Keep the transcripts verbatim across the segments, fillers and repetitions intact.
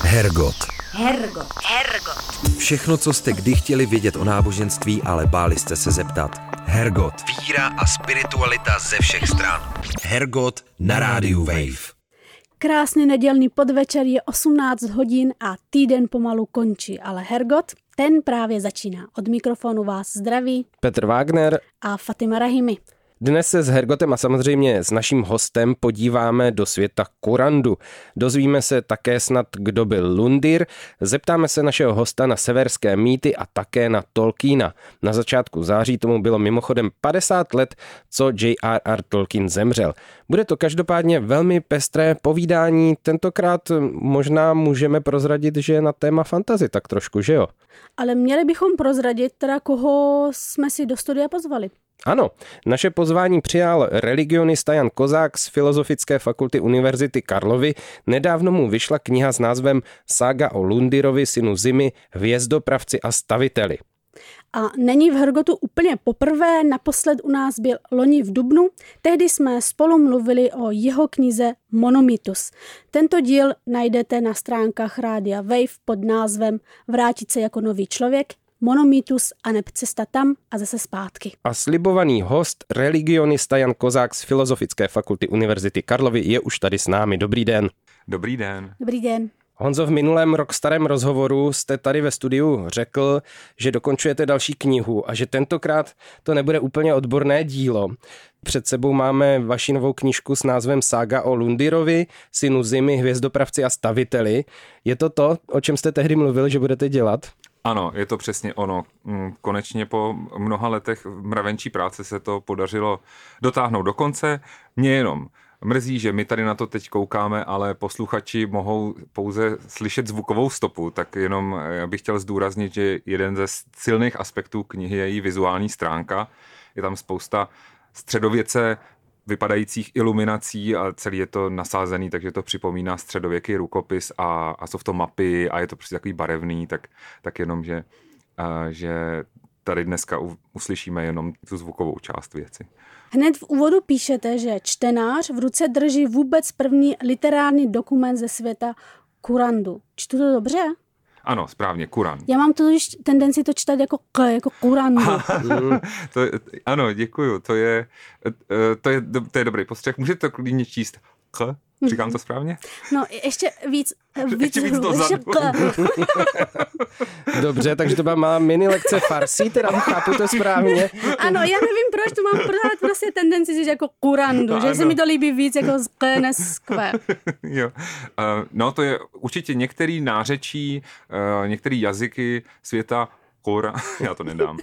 Hergot. Hergot. Hergot. Všechno, co jste kdy chtěli vědět o náboženství, ale báli jste se zeptat. Hergot. Víra a spiritualita ze všech stran. Hergot na rádiu Wave. Krásný nedělní podvečer, je osmnáct hodin a týden pomalu končí, ale Hergot, ten právě začíná. Od mikrofonu vás zdraví Petr Wagner a Fatima Rahimi. Dnes se s Hergotem a samozřejmě s naším hostem podíváme do světa Kurandu. Dozvíme se také snad, kdo byl Lundir, zeptáme se našeho hosta na severské mýty a také na Tolkiena. Na začátku září tomu bylo mimochodem padesát let, co J R R Tolkien zemřel. Bude to každopádně velmi pestré povídání, tentokrát možná můžeme prozradit, že je na téma fantasy tak trošku, že jo? Ale měli bychom prozradit teda, koho jsme si do studia pozvali. Ano, naše pozvání přijal religionista Jan Kozák z Filozofické fakulty Univerzity Karlovy. Nedávno mu vyšla kniha s názvem Sága o Lundirovi, synu Zimy, hvězdopravci a staviteli. A není v Hergotu úplně poprvé, naposled u nás byl loni v dubnu, tehdy jsme spolu mluvili o jeho knize Monomythos. Tento díl najdete na stránkách Rádia Wave pod názvem Vrátit se jako nový člověk, Monomythos a neb cesta tam a zase zpátky. A slibovaný host, religionista Jan Kozák z Filozofické fakulty Univerzity Karlovy je už tady s námi. Dobrý den. Dobrý den. Dobrý den. Honzo, v minulém rok starém rozhovoru jste tady ve studiu řekl, že dokončujete další knihu a že tentokrát to nebude úplně odborné dílo. Před sebou máme vaši novou knížku s názvem Sága o Lundirovi, synu Zimy, hvězdopravci a staviteli. Je to to, o čem jste tehdy mluvil, že budete dělat? Ano, je to přesně ono. Konečně po mnoha letech mravenčí práce se to podařilo dotáhnout do konce. Mě jenom mrzí, že my tady na to teď koukáme, ale posluchači mohou pouze slyšet zvukovou stopu, tak jenom já bych chtěl zdůraznit, že jeden ze silných aspektů knihy je její vizuální stránka. Je tam spousta středověce vypadajících iluminací a celý je to nasázený, takže to připomíná středověký rukopis a, a jsou v tom mapy a je to prostě takový barevný, tak, tak jenom, že, a, že tady dneska u, uslyšíme jenom tu zvukovou část věci. Hned v úvodu píšete, že čtenář v ruce drží vůbec první literární dokument ze světa Kurandu. Čtu to dobře? Ano, správně, Kurand. Já mám totiž tendenci to čítat jako k, jako Kurandu. to, ano, děkuju, to je, to je, to je dobrý postřeh. Můžete to klidně číst k? Říkám to správně? No, ještě víc. víc ještě víc dozadu. Dobře, takže to má mini lekce farsí, teda chápu to správně. Ano, já nevím, proč to mám pořád prostě tendenci říct jako Kurandu, no, že ano. Se mi to líbí víc jako z K než z Q. Jo. Uh, no, to je určitě některý nářečí, uh, některý jazyky světa Kura, já to nedám.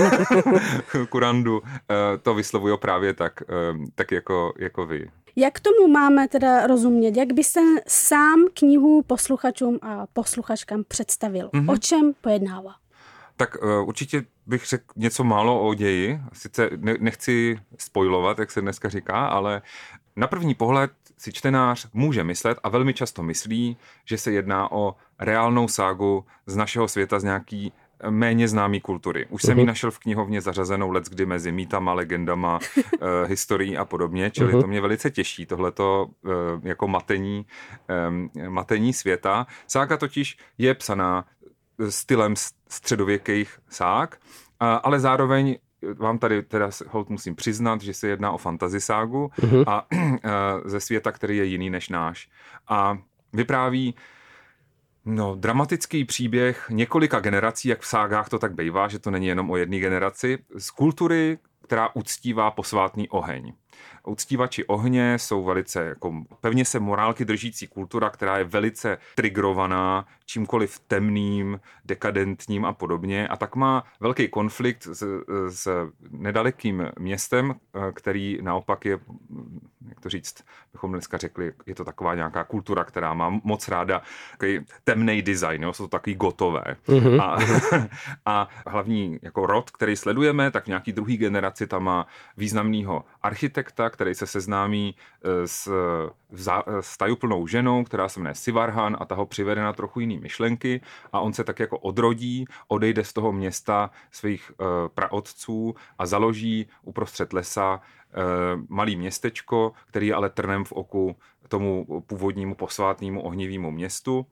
Kurandu, uh, to vyslovují právě tak, uh, tak jako, jako vy. Jak tomu máme teda rozumět? Jak byste sám knihu posluchačům a posluchačkám představil? Mm-hmm. O čem pojednává? Tak uh, určitě bych řekl něco málo o ději. Sice ne, nechci spoilovat, jak se dneska říká, ale na první pohled si čtenář může myslet a velmi často myslí, že se jedná o reálnou ságu z našeho světa, z nějaký méně známý kultury. Už jsem ji našel v knihovně zařazenou leckdy mezi mýtama, legendama, uh, historií a podobně, čili uh-huh. to mě velice těší, tohleto uh, jako matení, um, matení světa. Sága totiž je psaná stylem středověkých ság, uh, ale zároveň vám tady teda holt musím přiznat, že se jedná o fantasy ságu uh-huh. a uh, ze světa, který je jiný než náš. A vypráví No, dramatický příběh několika generací, jak v ságách to tak bývá, že to není jenom o jedné generaci, z kultury, která uctívá posvátný oheň. Uctívači ohně jsou velice jako pevně se morálky držící kultura, která je velice trigrovaná čímkoliv temným, dekadentním a podobně. A tak má velký konflikt s, s nedalekým městem, který naopak je, jak to říct, bychom dneska řekli, je to taková nějaká kultura, která má moc ráda takový temnej design, jo? Jsou to takový gotové. Mm-hmm. A, a hlavní jako rod, který sledujeme, tak v nějaký druhý generaci tam má významného architekta, který se seznámí s, s tajuplnou ženou, která se jmenuje Sivarhan a ta ho přivede na trochu jiný myšlenky a on se tak jako odrodí, odejde z toho města svých uh, praotců a založí uprostřed lesa uh, malý městečko, který je ale trnem v oku tomu původnímu posvátnému ohnivému městu.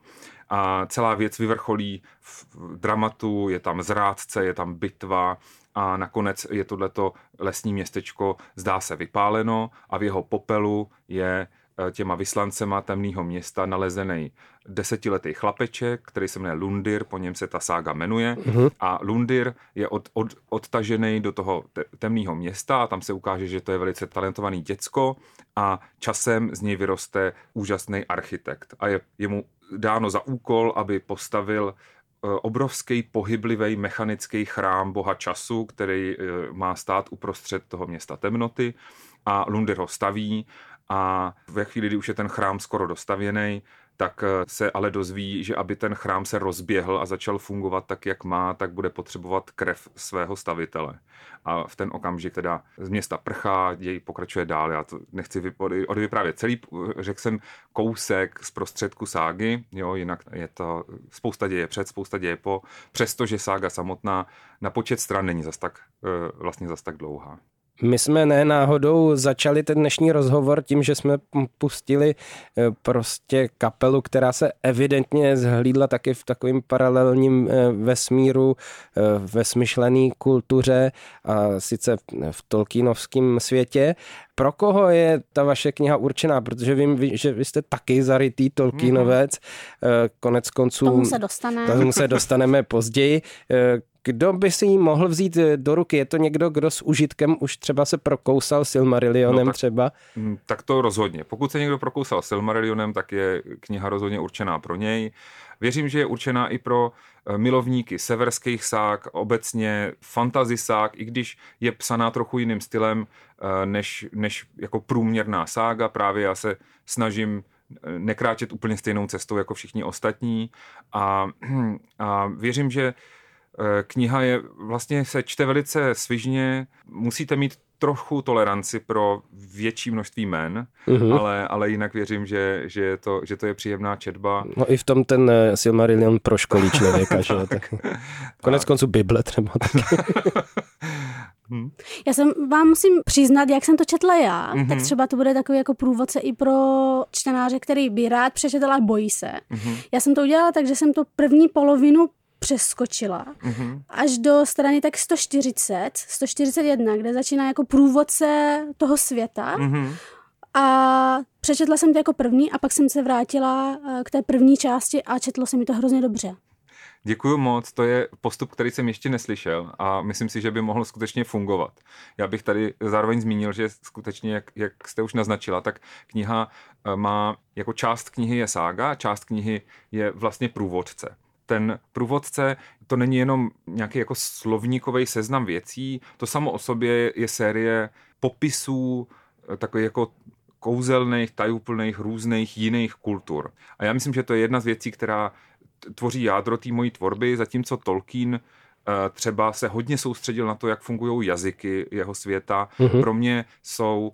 a celá věc vyvrcholí v dramatu, je tam zrádce, je tam bitva a nakonec je tohleto lesní městečko, zdá se, vypáleno a v jeho popelu je těma vyslancema temného města nalezený desetiletý chlapeček, který se jmenuje Lundir, po něm se ta sága jmenuje. Mm-hmm. A Lundir je od, od, odtažený do toho te, temného města a tam se ukáže, že to je velice talentovaný děcko a časem z něj vyroste úžasný architekt. A je, je mu dáno za úkol, aby postavil obrovský pohyblivý mechanický chrám boha času, který má stát uprostřed toho města temnoty a Lundir ho staví. A ve chvíli, kdy už je ten chrám skoro dostavěný, tak se ale dozví, že aby ten chrám se rozběhl a začal fungovat tak, jak má, tak bude potřebovat krev svého stavitele. A v ten okamžik teda z města prchá, děj pokračuje dál. Já to nechci odvyprávět celý, řekl jsem kousek z prostředku ságy, jo, jinak je to spousta děje před, spousta děje po, přestože sága samotná na počet stran není zas tak, vlastně zas tak dlouhá. My jsme ne náhodou začali ten dnešní rozhovor tím, že jsme pustili prostě kapelu, která se evidentně zhlídla taky v takovém paralelním vesmíru, ve smyšlené kultuře a sice v tolkienovském světě. Pro koho je ta vaše kniha určená? Protože vím, že vy jste taky zarytý Tolkienovec. Konec konců... Tomu se dostaneme. Tomu se dostaneme později. Kdo by si ji mohl vzít do ruky? Je to někdo, kdo s užitkem už třeba se prokousal Silmarillionem no tak, třeba? Tak to rozhodně. Pokud se někdo prokousal Silmarillionem, tak je kniha rozhodně určená pro něj. Věřím, že je určená i pro milovníky severských sák, obecně fantasy sák, i když je psaná trochu jiným stylem než, než jako průměrná sága. Právě já se snažím nekráčet úplně stejnou cestou jako všichni ostatní a, a věřím, že kniha je vlastně se čte velice svižně, musíte mít trochu toleranci pro větší množství jmen, uh-huh. ale, ale jinak věřím, že, že, je to, že to je příjemná četba. No i v tom ten Silmarillion proškolí člověka, že? Tak. Konec konců Bible třeba taky. Já jsem vám musím přiznat, jak jsem to četla já, mm-hmm. tak třeba to bude takový jako průvodce i pro čtenáře, který by rád přečetl a bojí se. Mm-hmm. Já jsem to udělala tak, že jsem to první polovinu přeskočila mm-hmm. až do strany tak sto čtyřicet, sto čtyřicet jedna, kde začíná jako průvodce toho světa mm-hmm. a přečetla jsem to jako první a pak jsem se vrátila k té první části a četlo se mi to hrozně dobře. Děkuju moc, to je postup, který jsem ještě neslyšel a myslím si, že by mohl skutečně fungovat. Já bych tady zároveň zmínil, že skutečně, jak, jak jste už naznačila, tak kniha má, jako část knihy je sága, část knihy je vlastně průvodce. Ten průvodce, to není jenom nějaký jako slovníkový seznam věcí, to samo o sobě je série popisů, takových jako kouzelných, tajuplných, různých jiných kultur. A já myslím, že to je jedna z věcí, která tvoří jádro té mojí tvorby, zatímco Tolkien třeba se hodně soustředil na to, jak fungují jazyky jeho světa. Mm-hmm. Pro mě jsou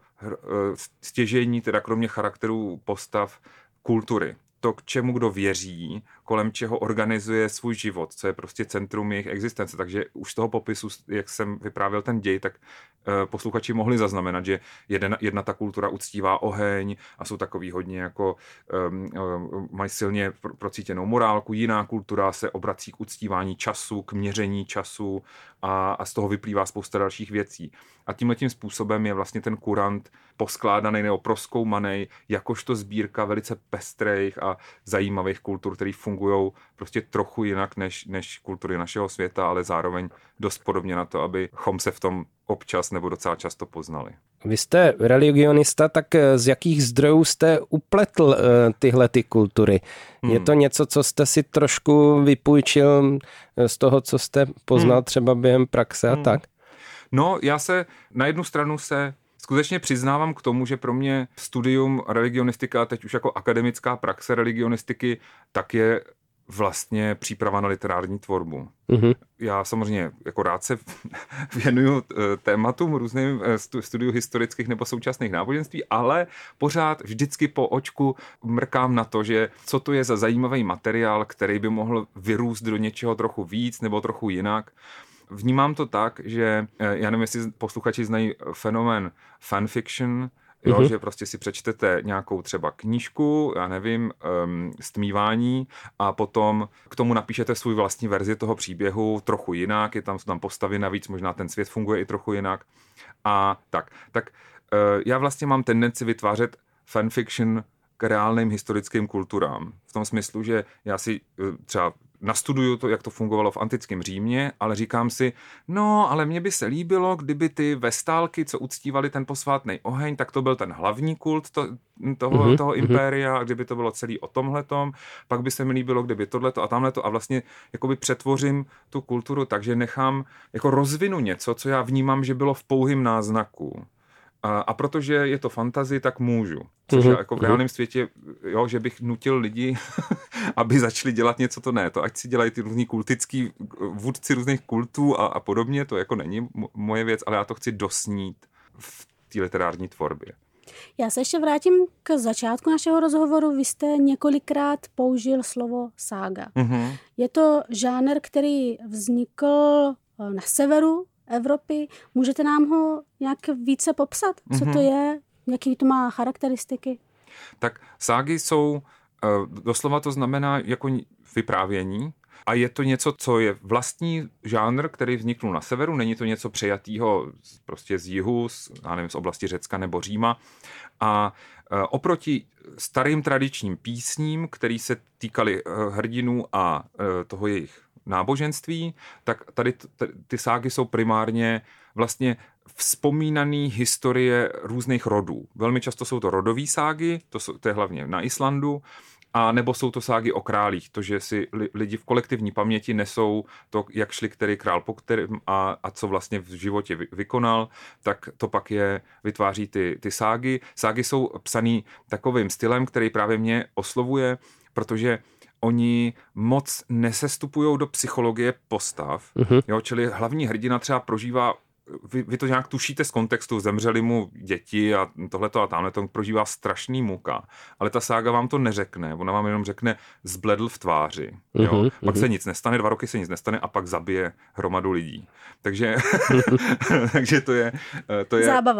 stěžejní, teda kromě charakterů postav, kultury. To, k čemu kdo věří, kolem čeho organizuje svůj život, co je prostě centrum jejich existence. Takže už z toho popisu, jak jsem vyprávěl ten děj, tak posluchači mohli zaznamenat, že jedna, jedna ta kultura uctívá oheň a jsou takový hodně jako um, um, mají silně procítěnou morálku. Jiná kultura se obrací k uctívání času, k měření času a, a z toho vyplývá spousta dalších věcí. A tímhletím způsobem je vlastně ten kurant poskládaný nebo prozkoumaný jakožto sbírka velice pestrých a zajímavých kultur, které fungují prostě trochu jinak než, než kultury našeho světa, ale zároveň dost podobně na to, abychom se v tom občas nebo docela často poznali. Vy jste religionista, tak z jakých zdrojů jste upletl uh, tyhle ty kultury? Hmm. Je to něco, co jste si trošku vypůjčil z toho, co jste poznal hmm. třeba během praxe a hmm. tak? No, já se na jednu stranu se skutečně přiznávám k tomu, že pro mě studium religionistika, teď už jako akademická praxe religionistiky, tak je vlastně příprava na literární tvorbu. Mm-hmm. Já samozřejmě jako rád se věnuju tématům různým studiu historických nebo současných náboženství, ale pořád vždycky po očku mrkám na to, že co to je za zajímavý materiál, který by mohl vyrůst do něčeho trochu víc nebo trochu jinak. Vnímám to tak, že já nevím, jestli posluchači znají fenomén fanfiction, Jo, mm-hmm. že prostě si přečtete nějakou třeba knížku, já nevím, um, stmívání a potom k tomu napíšete svůj vlastní verzi toho příběhu trochu jinak, je tam, jsou tam postavy navíc, možná ten svět funguje i trochu jinak. A tak, tak uh, já vlastně mám tendenci vytvářet fanfiction k reálným historickým kulturám. V tom smyslu, že já si uh, třeba nastuduju to, jak to fungovalo v antickém Římě, ale říkám si, no, ale mně by se líbilo, kdyby ty vestálky, co uctívali ten posvátný oheň, tak to byl ten hlavní kult to, toho, mm-hmm. toho impéria, kdyby to bylo celý o tomhletom, pak by se mi líbilo, kdyby tohleto a tamhleto a vlastně jakoby přetvořím tu kulturu, takže nechám, jako rozvinu něco, co já vnímám, že bylo v pouhým náznaku. A, a protože je to fantasy, tak můžu. Což mm-hmm. jako v reálném světě, jo, že bych nutil lidi, aby začali dělat něco, to ne. To ať si dělají ty různý kultický vůdci různých kultů a, a podobně, to jako není moje věc, ale já to chci dosnít v té literární tvorbě. Já se ještě vrátím k začátku našeho rozhovoru. Vy jste několikrát použil slovo sága. Mm-hmm. Je to žánr, který vznikl na severu Evropy. Můžete nám ho nějak více popsat? Co mm-hmm. to je? Jaký to má charakteristiky? Tak ságy jsou, doslova to znamená jako vyprávění a je to něco, co je vlastní žánr, který vzniknul na severu. Není to něco přejatýho prostě z jihu, z, já nevím, z oblasti Řecka nebo Říma. A oproti starým tradičním písním, který se týkaly hrdinů a toho jejich náboženství, tak tady t- ty ságy jsou primárně vlastně vzpomínaný historie různých rodů. Velmi často jsou to rodové ságy, to, jsou, to je hlavně na Islandu, a nebo jsou to ságy o králích, to, že si lidi v kolektivní paměti nesou to, jak šli který král po kterém a, a co vlastně v životě vy, vykonal, tak to pak je, vytváří ty, ty ságy. Ságy jsou psaný takovým stylem, který právě mě oslovuje, protože oni moc nesestupují do psychologie postav, uh-huh. jo, čili hlavní hrdina třeba prožívá, vy, vy to nějak tušíte z kontextu, zemřeli mu děti a tohleto a tamhle to prožívá strašný muka, ale ta sága vám to neřekne, ona vám jenom řekne zbledl v tváři, jo, uh-huh. pak uh-huh. se nic nestane, dva roky se nic nestane a pak zabije hromadu lidí. Takže, takže to je... To je zábava.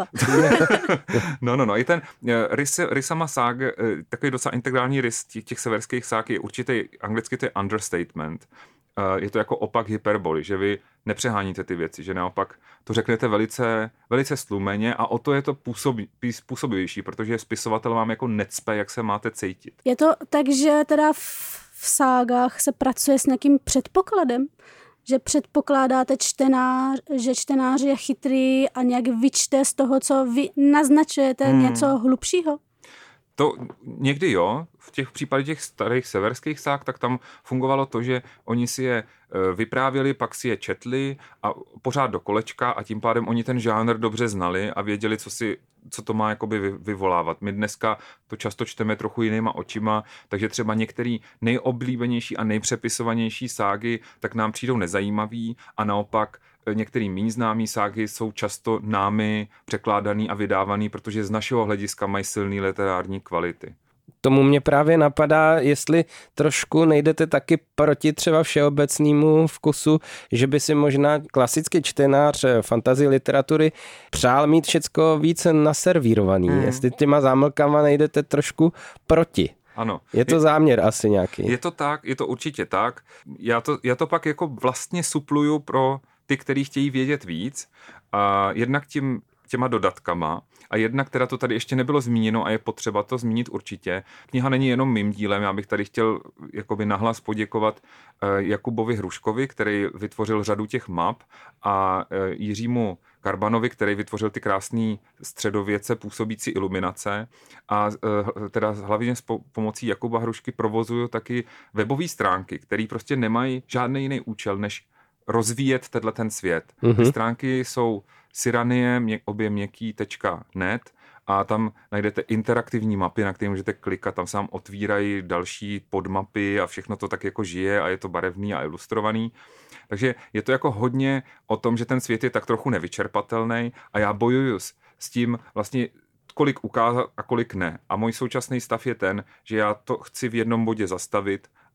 no, no, no, i ten rys, rysama ság, takový docela integrální rys těch, těch severských ság je určitě, anglicky to je understatement. Je to jako opak hyperboly, že vy nepřeháníte ty věci, že naopak to řeknete velice, velice slumeně a o to je to působí, působivější, protože spisovatel vám jako necpe, jak se máte cítit. Je to tak, že teda v, v ságách se pracuje s nějakým předpokladem, že předpokládáte čtenář, že čtenář je chytrý a nějak vyčte z toho, co vy naznačujete, hmm. něco hlubšího? To někdy jo, v těch případech těch starých severských sák, tak tam fungovalo to, že oni si je vyprávěli, pak si je četli a pořád do kolečka a tím pádem oni ten žánr dobře znali a věděli, co, si, co to má jakoby vyvolávat. My dneska to často čteme trochu jinýma očima, takže třeba některý nejoblíbenější a nejpřepisovanější ságy tak nám přijdou nezajímavý a naopak některý méně známý ságy jsou často námi překládaný a vydávaný, protože z našeho hlediska mají silný literární kvality. Tomu mě právě napadá, jestli trošku nejdete taky proti třeba všeobecnému vkusu, že by si možná klasický čtenář fantasy literatury přál mít všecko více naservírovaný. Hmm. Jestli těma zámlkama nejdete trošku proti. Ano. Je to je, záměr asi nějaký. Je to tak, je to určitě tak. Já to, já to pak jako vlastně supluju pro ty, kteří chtějí vědět víc. A jednak tím těma dodatkama a jednak teda to tady ještě nebylo zmíněno a je potřeba to zmínit určitě. Kniha není jenom mým dílem, já bych tady chtěl jakoby nahlas poděkovat Jakubovi Hruškovi, který vytvořil řadu těch map a Jiřímu Karbanovi, který vytvořil ty krásné středověce působící iluminace a teda hlavně s pomocí Jakuba Hrušky provozuju taky webové stránky, které prostě nemají žádný jiný účel, než rozvíjet tenhle ten svět. Mm-hmm. Ty stránky jsou syranie, mě, obě měkký tečka net a tam najdete interaktivní mapy, na které můžete klikat, tam se vám otvírají další podmapy a všechno to tak jako žije a je to barevný a ilustrovaný. Takže je to jako hodně o tom, že ten svět je tak trochu nevyčerpatelný a já bojuju s, s tím vlastně kolik ukázat a kolik ne. A můj současný stav je ten, že já to chci v jednom bodě zastavit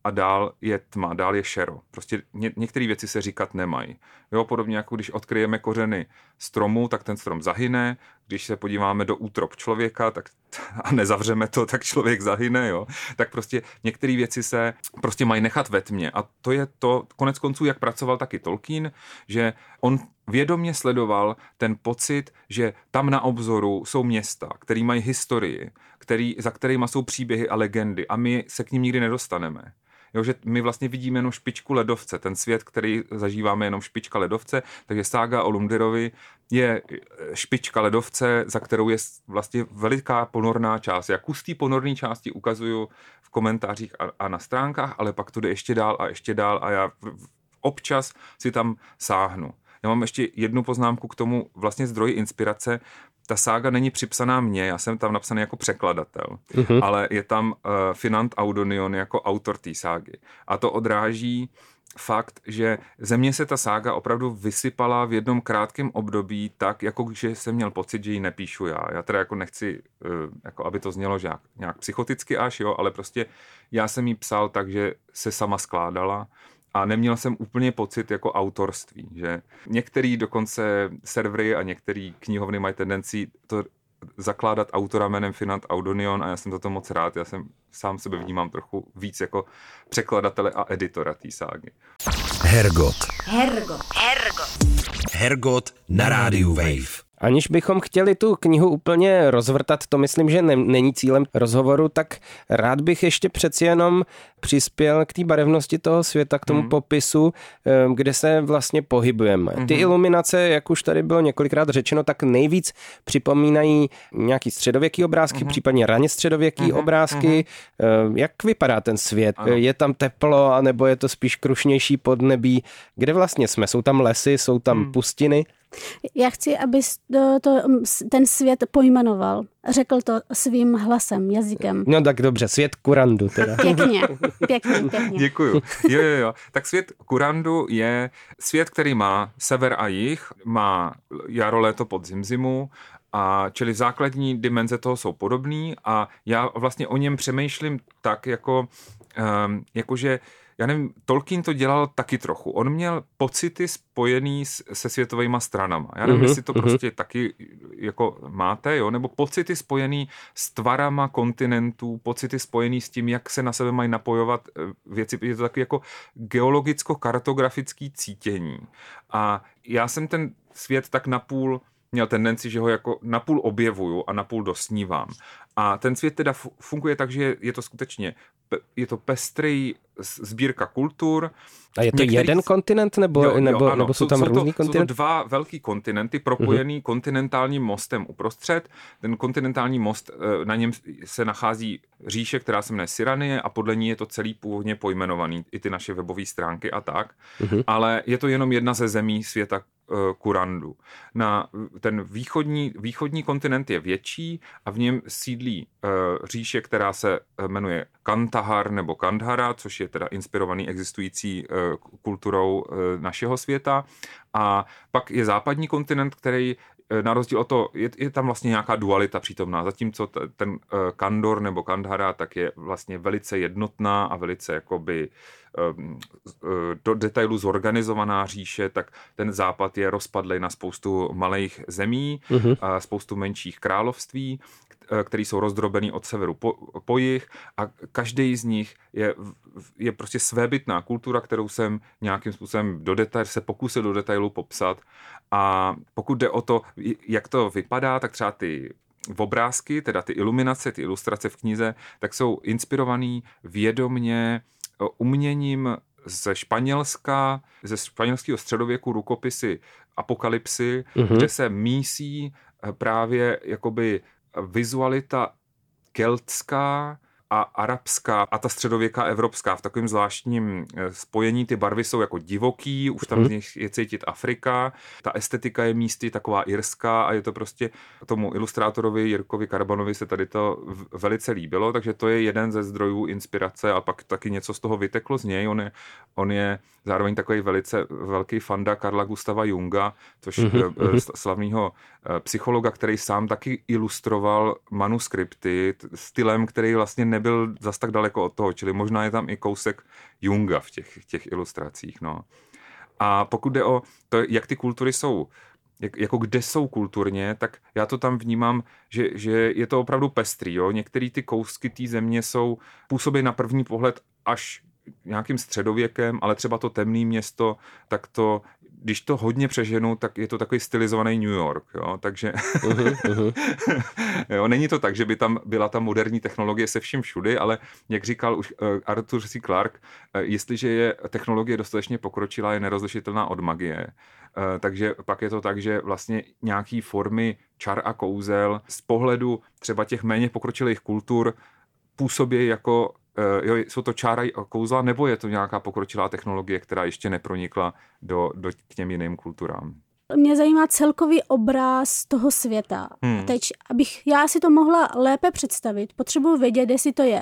a dál je tma, dál je šero. Prostě ně, některé věci se říkat nemají. Jo, podobně jako když odkryjeme kořeny stromu, tak ten strom zahyne, když se podíváme do útrob člověka tak, a nezavřeme to, tak člověk zahyne, jo. Tak prostě některé věci se prostě mají nechat ve tmě. A to je to, konec konců, jak pracoval taky Tolkien, že on vědomě sledoval ten pocit, že tam na obzoru jsou města, které mají historii, který, za kterýma jsou příběhy a legendy a my se k ním nikdy nedostaneme. Jo, že my vlastně vidíme jenom špičku ledovce, ten svět, který zažíváme jenom špička ledovce, takže sága o Lundirovi je špička ledovce, za kterou je vlastně veliká ponorná část. Já kus té ponorné části ukazuju v komentářích a, a na stránkách, ale pak to jde ještě dál a ještě dál a já občas si tam sáhnu. Já mám ještě jednu poznámku k tomu vlastně zdroji inspirace. Ta sága není připsaná mně, já jsem tam napsaný jako překladatel, uh-huh. ale je tam uh, Finant Audonion jako autor té ságy. A to odráží fakt, že ze mě se ta sága opravdu vysypala v jednom krátkém období tak, jako že jsem měl pocit, že ji nepíšu já. Já teda jako nechci, uh, jako aby to znělo nějak, nějak psychoticky až, jo, ale prostě já jsem ji psal tak, že se sama skládala. A neměl jsem úplně pocit jako autorství, že některý dokonce servery a některý knihovny mají tendenci to zakládat autora jménem Finant Audonion a já jsem za to moc rád, já jsem sám sebe vnímám trochu víc jako překladatele a editora té ságy. Hergot. Hergot. Hergot. Hergot na rádiu Wave. Aniž bychom chtěli tu knihu úplně rozvrtat, to myslím, že ne, není cílem rozhovoru, tak rád bych ještě přeci jenom přispěl k té barevnosti toho světa, k tomu mm. popisu, kde se vlastně pohybujeme. Mm-hmm. Ty iluminace, jak už tady bylo několikrát řečeno, tak nejvíc připomínají nějaký středověký obrázky, mm-hmm. případně raně středověký mm-hmm. obrázky. Mm-hmm. Jak vypadá ten svět? Ano. Je tam teplo, anebo je to spíš krušnější podnebí? Kde vlastně jsme? Jsou tam lesy, jsou tam mm. pustiny? Já chci, abys to, to, ten svět pojmenoval. Řekl to svým hlasem, jazykem. No tak dobře, svět Kurandu teda. Pěkně, pěkně, pěkně. Děkuju. Jo, jo, jo. Tak svět Kurandu je svět, který má sever a jih, má jaro, léto, podzim, zimu, a čili základní dimenze toho jsou podobný a já vlastně o něm přemýšlím tak, jako, um, jakože já nevím, Tolkien to dělal taky trochu. On měl pocity spojený se světovýma stranama. Já nevím, mm-hmm, jestli to mm-hmm. prostě taky jako máte, jo? Nebo pocity spojený s tvarama kontinentů, pocity spojený s tím, jak se na sebe mají napojovat věci. Je to taky jako geologicko-kartografický cítění. A já jsem ten svět tak napůl měl tendenci, že ho jako napůl objevuju a napůl dosnívám. A ten svět teda funguje tak, že je to skutečně je to pestrý sbírka kultur. A je to Některý... jeden kontinent, nebo, jo, jo, nebo, ano, nebo jsou tam jsou různý to, kontinenty? Jsou to dva velký kontinenty propojený uh-huh. kontinentálním mostem uprostřed. Ten kontinentální most, na něm se nachází říše, která se jmenuje Siranie a podle ní je to celý původně pojmenovaný, i ty naše webové stránky a tak. Uh-huh. Ale je to jenom jedna ze zemí světa Kurandu. Na ten východní, východní kontinent je větší a v něm sídlí uh, říše, která se jmenuje Kandahar nebo Kandhara, což je teda inspirovaný existující uh, kulturou uh, našeho světa. A pak je západní kontinent, který na rozdíl od toho, je, je tam vlastně nějaká dualita přítomná, zatímco t, ten uh, Kandor nebo Kandhara tak je vlastně velice jednotná a velice jakoby um, do detailu zorganizovaná říše, tak ten západ je rozpadlý na spoustu malých zemí, uh-huh. a spoustu menších království, který jsou rozdrobený od severu po, po jih a každý z nich je, je prostě svébytná kultura, kterou jsem nějakým způsobem do detail, se pokusil do detailu popsat. A pokud jde o to, jak to vypadá, tak třeba ty obrázky, teda ty iluminace, ty ilustrace v knize, tak jsou inspirovaný vědomně uměním ze Španělska, ze španělského středověku rukopisy Apokalypsy, mm-hmm. kde se mísí právě jakoby vizualita keltská a arabská a ta středověká evropská v takovém zvláštním spojení. Ty barvy jsou jako divoký, už tam z nich je cítit Afrika, ta estetika je místy taková irská a je to prostě tomu ilustrátorovi Jirkovi Karbanovi se tady to velice líbilo, takže to je jeden ze zdrojů inspirace a pak taky něco z toho vyteklo z něj. On je, on je zároveň takový velice velký fanda Karla Gustava Junga, což mm-hmm. slavného psychologa, který sám taky ilustroval manuskripty stylem, který vlastně ne, nebyl zas tak daleko od toho, čili možná je tam i kousek Junga v těch, těch ilustracích. No. A pokud jde o to, jak ty kultury jsou, jak, jako kde jsou kulturně, tak já to tam vnímám, že, že je to opravdu pestrý. Jo? Některé ty kousky té země jsou, působí na první pohled až nějakým středověkem, ale třeba to temné město, tak to, když to hodně přeženu, tak je to takový stylizovaný New York, jo, takže uh-huh, uh-huh. jo, není to tak, že by tam byla ta moderní technologie se vším všudy, ale jak říkal už uh, Arthur C. Clarke, uh, jestliže je technologie dostatečně pokročilá, je nerozlišitelná od magie, uh, takže pak je to tak, že vlastně nějaký formy čar a kouzel z pohledu třeba těch méně pokročilých kultur působí jako Uh, jo, jsou to čára a kouzla, nebo je to nějaká pokročilá technologie, která ještě nepronikla do, do, k těm jiným kulturám? Mě zajímá celkový obraz toho světa. Hmm. A teď, abych já si to mohla lépe představit, potřebuji vědět, jestli to je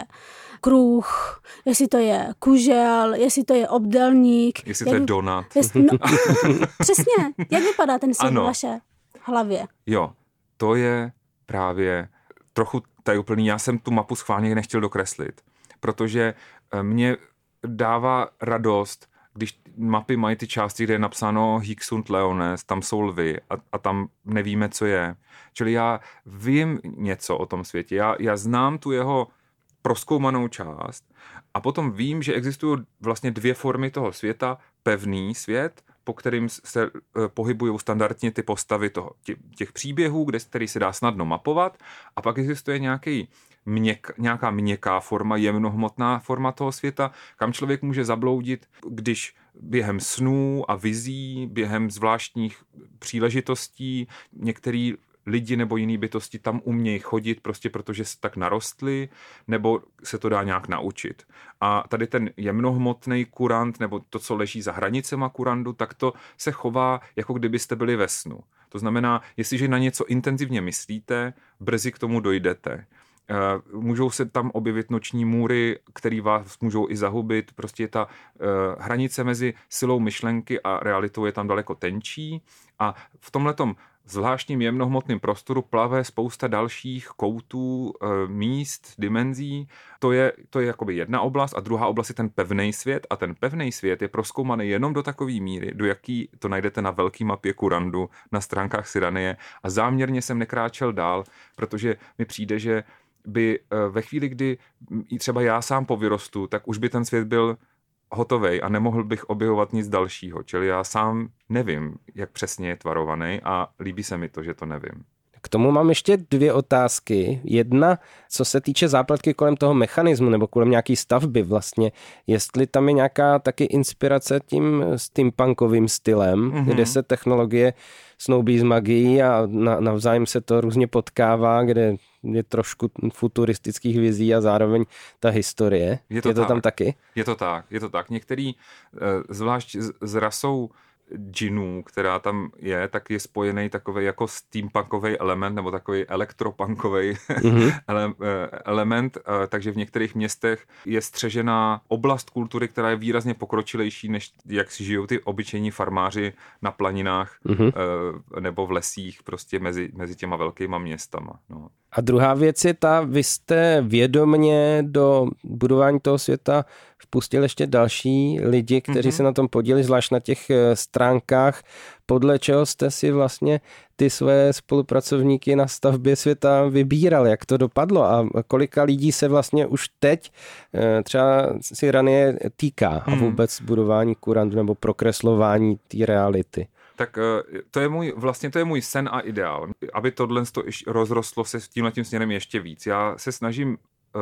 kruh, jestli to je kužel, jestli to je obdélník. Jestli to je donut. Jestli, no, přesně. Jak vypadá ten svět v vaše hlavě? Jo, to je právě trochu tajuplný. Já jsem tu mapu schválně nechtěl dokreslit, protože mě dává radost, když mapy mají ty části, kde je napsáno Hic sunt leones, tam jsou lvy a, a tam nevíme, co je. Čili já vím něco o tom světě, já, já znám tu jeho prozkoumanou část a potom vím, že existují vlastně dvě formy toho světa. Pevný svět, po kterým se pohybují standardně ty postavy toho, těch příběhů, kde, který se dá snadno mapovat, a pak existuje nějaký Měk, nějaká měkká forma, jemnohmotná forma toho světa, kam člověk může zabloudit, když během snů a vizí, během zvláštních příležitostí některý lidi nebo jiný bytosti tam umějí chodit prostě protože se tak narostli, nebo se to dá nějak naučit. A tady ten jemnohmotný kurant, nebo to, co leží za hranicema kurandu, tak to se chová, jako kdybyste byli ve snu. To znamená, jestliže na něco intenzivně myslíte, brzy k tomu dojdete. Můžou se tam objevit noční můry, které vás můžou i zahubit. Prostě ta uh, hranice mezi silou myšlenky a realitou je tam daleko tenčí a v tomhletom zvláštním jemnohmotným prostoru plave spousta dalších koutů, uh, míst, dimenzí. To je, to je jakoby jedna oblast a druhá oblast je ten pevný svět a ten pevný svět je prozkoumaný jenom do takové míry, do jaký to najdete na velký mapě Kurandu na stránkách Siranie a záměrně jsem nekráčel dál, protože mi přijde, že by ve chvíli, kdy i třeba já sám povyrostu, tak už by ten svět byl hotovej a nemohl bych objevovat nic dalšího. Čili já sám nevím, jak přesně je tvarovaný a líbí se mi to, že to nevím. K tomu mám ještě dvě otázky. Jedna, co se týče zápletky kolem toho mechanismu nebo kolem nějaký stavby vlastně, jestli tam je nějaká taky inspirace tím steampunkovým stylem, mm-hmm. kde se technologie snoubí s magií a navzájem se to různě potkává, kde je trošku futuristických vizí a zároveň ta historie. Je to, je to tam taky? Je to tak, je to tak. Některý, zvlášť s rasou džinů, která tam je, tak je spojený takový jako steampunkový element nebo takový elektropunkový mm-hmm. ele, element, takže v některých městech je střežená oblast kultury, která je výrazně pokročilejší, než jak si žijou ty obyčejní farmáři na planinách mm-hmm. nebo v lesích prostě mezi, mezi těma velkýma městama. No. A druhá věc je ta, vy jste vědomně do budování toho světa vpustil ještě další lidi, kteří mm-hmm. se na tom podíleli, zvlášť na těch stránkách, podle čeho jste si vlastně ty své spolupracovníky na stavbě světa vybíral, jak to dopadlo a kolika lidí se vlastně už teď třeba Siranie týká mm. a vůbec budování kurandu nebo prokreslování té reality. Tak to je můj, vlastně to je můj sen a ideál, aby tohle rozrostlo se s tímhletím směrem ještě víc. Já se snažím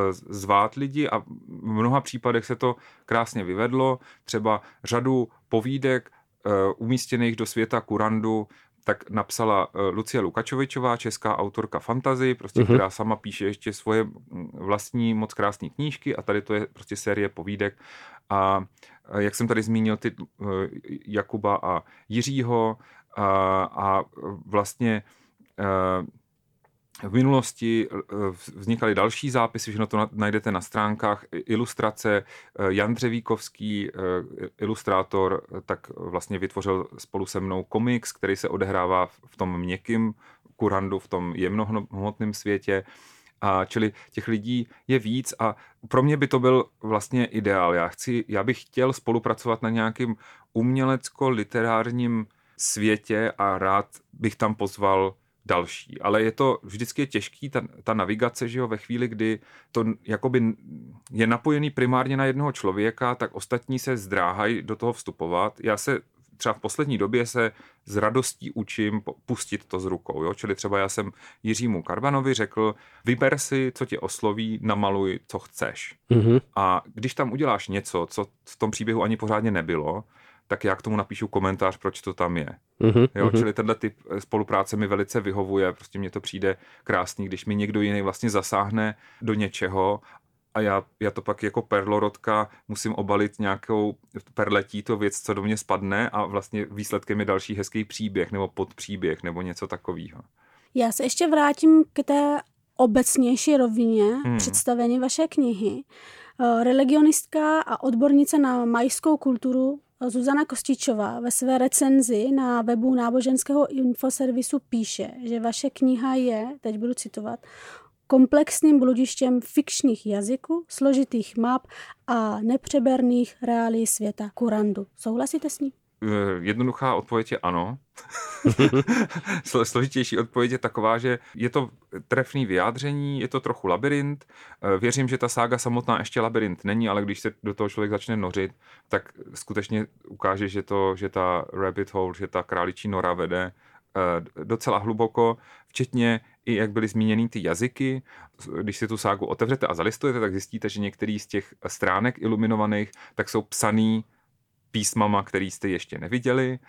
zvát lidi a v mnoha případech se to krásně vyvedlo. Třeba řadu povídek umístěných do světa kurandu tak napsala Lucie Lukačovičová, česká autorka fantasy, prostě, uh-huh. která sama píše ještě svoje vlastní moc krásné knížky a tady to je prostě série povídek. A jak jsem tady zmínil ty Jakuba a Jiřího a, a vlastně v minulosti vznikaly další zápisy, všechno to najdete na stránkách, ilustrace. Jan Dřevíkovský, ilustrátor, tak vlastně vytvořil spolu se mnou komiks, který se odehrává v tom měkkým kurandu, v tom jemnohmotném světě. A čili těch lidí je víc a pro mě by to byl vlastně ideál. Já, chci, já bych chtěl spolupracovat na nějakým umělecko-literárním světě a rád bych tam pozval další. Ale je to vždycky těžký, ta, ta navigace, že jo, ve chvíli, kdy to jakoby je napojený primárně na jednoho člověka, tak ostatní se zdráhají do toho vstupovat. Já se třeba v poslední době se s radostí učím pustit to z rukou. Jo? Čili třeba já jsem Jiřímu Karbanovi řekl, vyber si, co tě osloví, namaluj, co chceš. Mm-hmm. A když tam uděláš něco, co v tom příběhu ani pořádně nebylo, tak já k tomu napíšu komentář, proč to tam je. Mm-hmm. Jo? Čili tenhle typ spolupráce mi velice vyhovuje, prostě mně to přijde krásný, když mi někdo jiný vlastně zasáhne do něčeho a já, já to pak jako perlorodka musím obalit nějakou perletí to věc, co do mě spadne a vlastně výsledkem je další hezký příběh nebo podpříběh nebo něco takového. Já se ještě vrátím k té obecnější rovině hmm. představení vaší knihy. Religionistka a odbornice na majskou kulturu Zuzana Kostičová ve své recenzi na webu náboženského infoservisu píše, že vaše kniha je, teď budu citovat, komplexním bludištěm fikčních jazyků, složitých map a nepřeberných reálí světa Kurandu. Souhlasíte s ní? Jednoduchá odpověď je ano. Složitější odpověď je taková, že je to trefný vyjádření, je to trochu labyrint. Věřím, že ta sága samotná ještě labyrint není, ale když se do toho člověk začne nořit, tak skutečně ukáže, že, to, že ta rabbit hole, že ta králičí nora vede docela hluboko, včetně i jak byly zmíněny ty jazyky. Když si tu ságu otevřete a zalistujete, tak zjistíte, že některý z těch stránek iluminovaných tak jsou psaný písmama, který jste ještě neviděli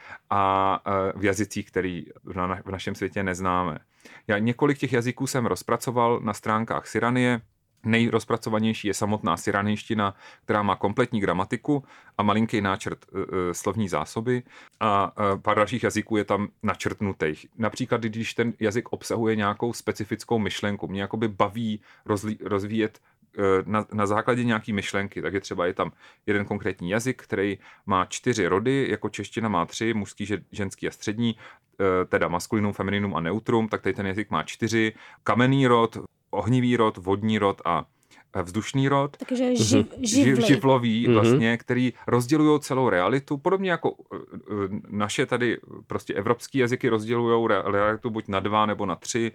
a v jazycích, který v našem světě neznáme. Já několik těch jazyků jsem rozpracoval na stránkách Siranie. Nejrozpracovanější je samotná syranejština, která má kompletní gramatiku a malinký náčrt e, slovní zásoby a e, pár dalších jazyků je tam načrtnutých. Například, když ten jazyk obsahuje nějakou specifickou myšlenku, mě jakoby baví rozlí, rozvíjet e, na, na základě nějaký myšlenky, takže třeba je tam jeden konkrétní jazyk, který má čtyři rody, jako čeština má tři, mužský, ženský a střední, e, teda maskulinum, femininum a neutrum, tak tady ten jazyk má čtyři, kamenný rod, ohnivý rod, vodní rod a vzdušný rod. Takže živ, živlý. živlový vlastně, který rozdělují celou realitu. Podobně jako naše tady prostě evropský jazyky rozdělují realitu buď na dva nebo na tři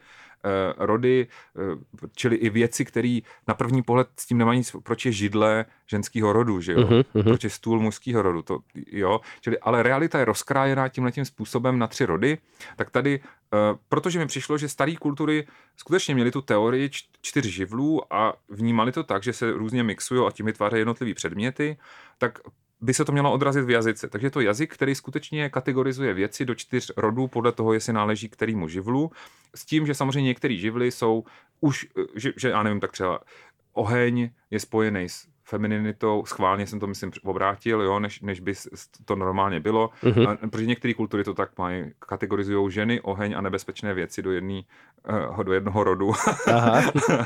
rody, čili i věci, které na první pohled s tím nemají nic, proč je židle ženského rodu, že jo? Uh-huh, uh-huh. Proč je stůl mužského rodu, to, jo? Čili, ale realita je rozkrájená tímhletím způsobem na tři rody, tak tady, protože mi přišlo, že staré kultury skutečně měly tu teorii čtyř živlů a vnímali to tak, že se různě mixují a tím vytvářejí jednotlivý předměty, tak by se to mělo odrazit v jazyce. Takže je to jazyk, který skutečně kategorizuje věci do čtyř rodů podle toho, jestli náleží kterému živlu. S tím, že samozřejmě některé živly jsou už, že, že já nevím, tak třeba oheň je spojený s femininitou, schválně jsem to, myslím, obrátil, jo, než, než by to normálně bylo. Uh-huh. A, protože některé kultury to tak mají, kategorizují ženy, oheň a nebezpečné věci do, jedný, uh, do jednoho rodu. Aha.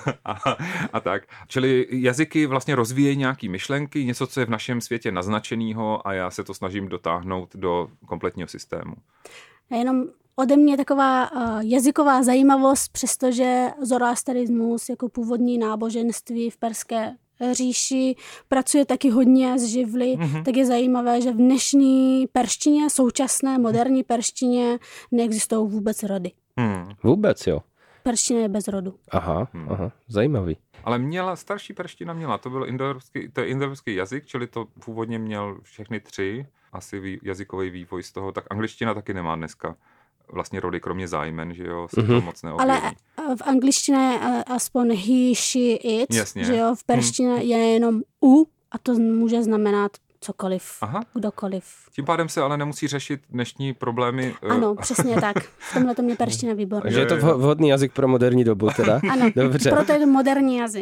a, a tak. Čili jazyky vlastně rozvíjejí nějaké myšlenky, něco, co je v našem světě naznačenýho a já se to snažím dotáhnout do kompletního systému. Jenom ode mě taková uh, jazyková zajímavost, přestože zoroasterismus jako původní náboženství v perské říši pracuje taky hodně s živly, mm-hmm. tak je zajímavé, že v dnešní perštině, současné moderní perštině neexistují vůbec rody. Mm. Vůbec, jo? Perština je bez rodu. Aha, hmm. aha, zajímavý. Ale měla, starší perština měla, to byl indoevropský, to je indoevropský jazyk, čili to původně měl všechny tři, asi vý, jazykový vývoj z toho, tak angličtina taky nemá dneska vlastně rody, kromě zájmen, že jo, se mm-hmm. to moc neobjeví. Ale v angličtině aspoň he, she, it, jasně. Že jo, v perštině hmm. je jenom u a to může znamenat cokoliv, Aha. kdokoliv. Tím pádem se ale nemusí řešit dnešní problémy. Ano, přesně tak. V tomhle to mě perština výborná. Takže je to vhodný jazyk pro moderní dobu, teda? Ano, dobře. Proto je to moderní jazyk.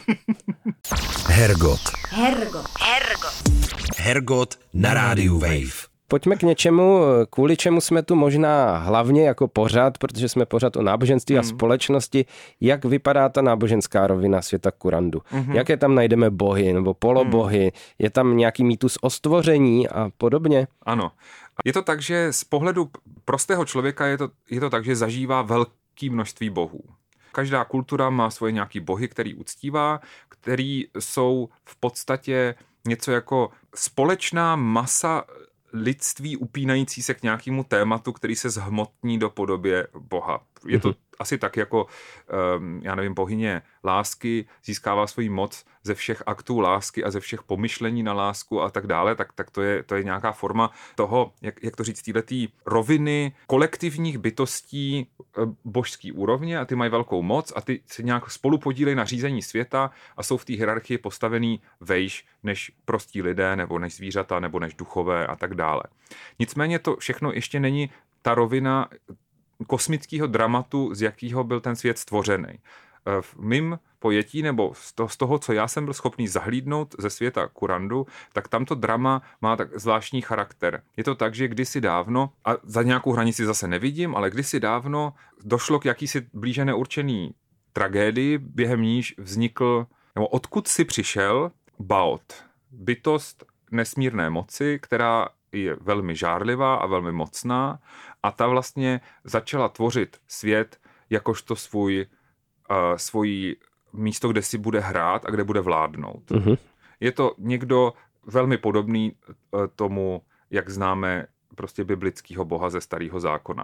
Hergot. Hergot. Hergot. Hergot na rádiu Wave. Pojďme k něčemu, kvůli čemu jsme tu možná hlavně jako pořad, protože jsme pořad o náboženství a společnosti. Jak vypadá ta náboženská rovina světa Kurandu? Mm-hmm. Jaké tam najdeme bohy nebo polobohy? Mm. Je tam nějaký mýtus o stvoření a podobně? Ano. Je to tak, že z pohledu prostého člověka je to, je to tak, že zažívá velké množství bohů. Každá kultura má svoje nějaký bohy, který uctívá, který jsou v podstatě něco jako společná masa lidství upínající se k nějakému tématu, který se zhmotní do podobě boha. Je to mm-hmm. asi tak jako, um, já nevím, bohyně lásky získává svoji moc ze všech aktů lásky a ze všech pomyšlení na lásku a tak dále, tak, tak to, je, to je nějaká forma toho, jak, jak to říct, téhletý roviny kolektivních bytostí božský úrovně a ty mají velkou moc a ty se nějak spolu podílejí na řízení světa a jsou v té hierarchii postavený vejš než prostí lidé nebo než zvířata nebo než duchové a tak dále. Nicméně to všechno ještě není ta rovina kosmického dramatu, z jakého byl ten svět stvořený. V mým pojetí, nebo z toho, co já jsem byl schopný zahlídnout ze světa Kurandu, tak tamto drama má tak zvláštní charakter. Je to tak, že kdysi dávno, a za nějakou hranici zase nevidím, ale kdysi dávno došlo k jakýsi blíže neurčený tragédii, během níž vznikl, nebo odkud si přišel Baot, bytost nesmírné moci, která je velmi žárlivá a velmi mocná a ta vlastně začala tvořit svět jakožto svůj, uh, svůj místo, kde si bude hrát a kde bude vládnout. Uh-huh. Je to někdo velmi podobný uh, tomu, jak známe prostě biblického boha ze Starého zákona.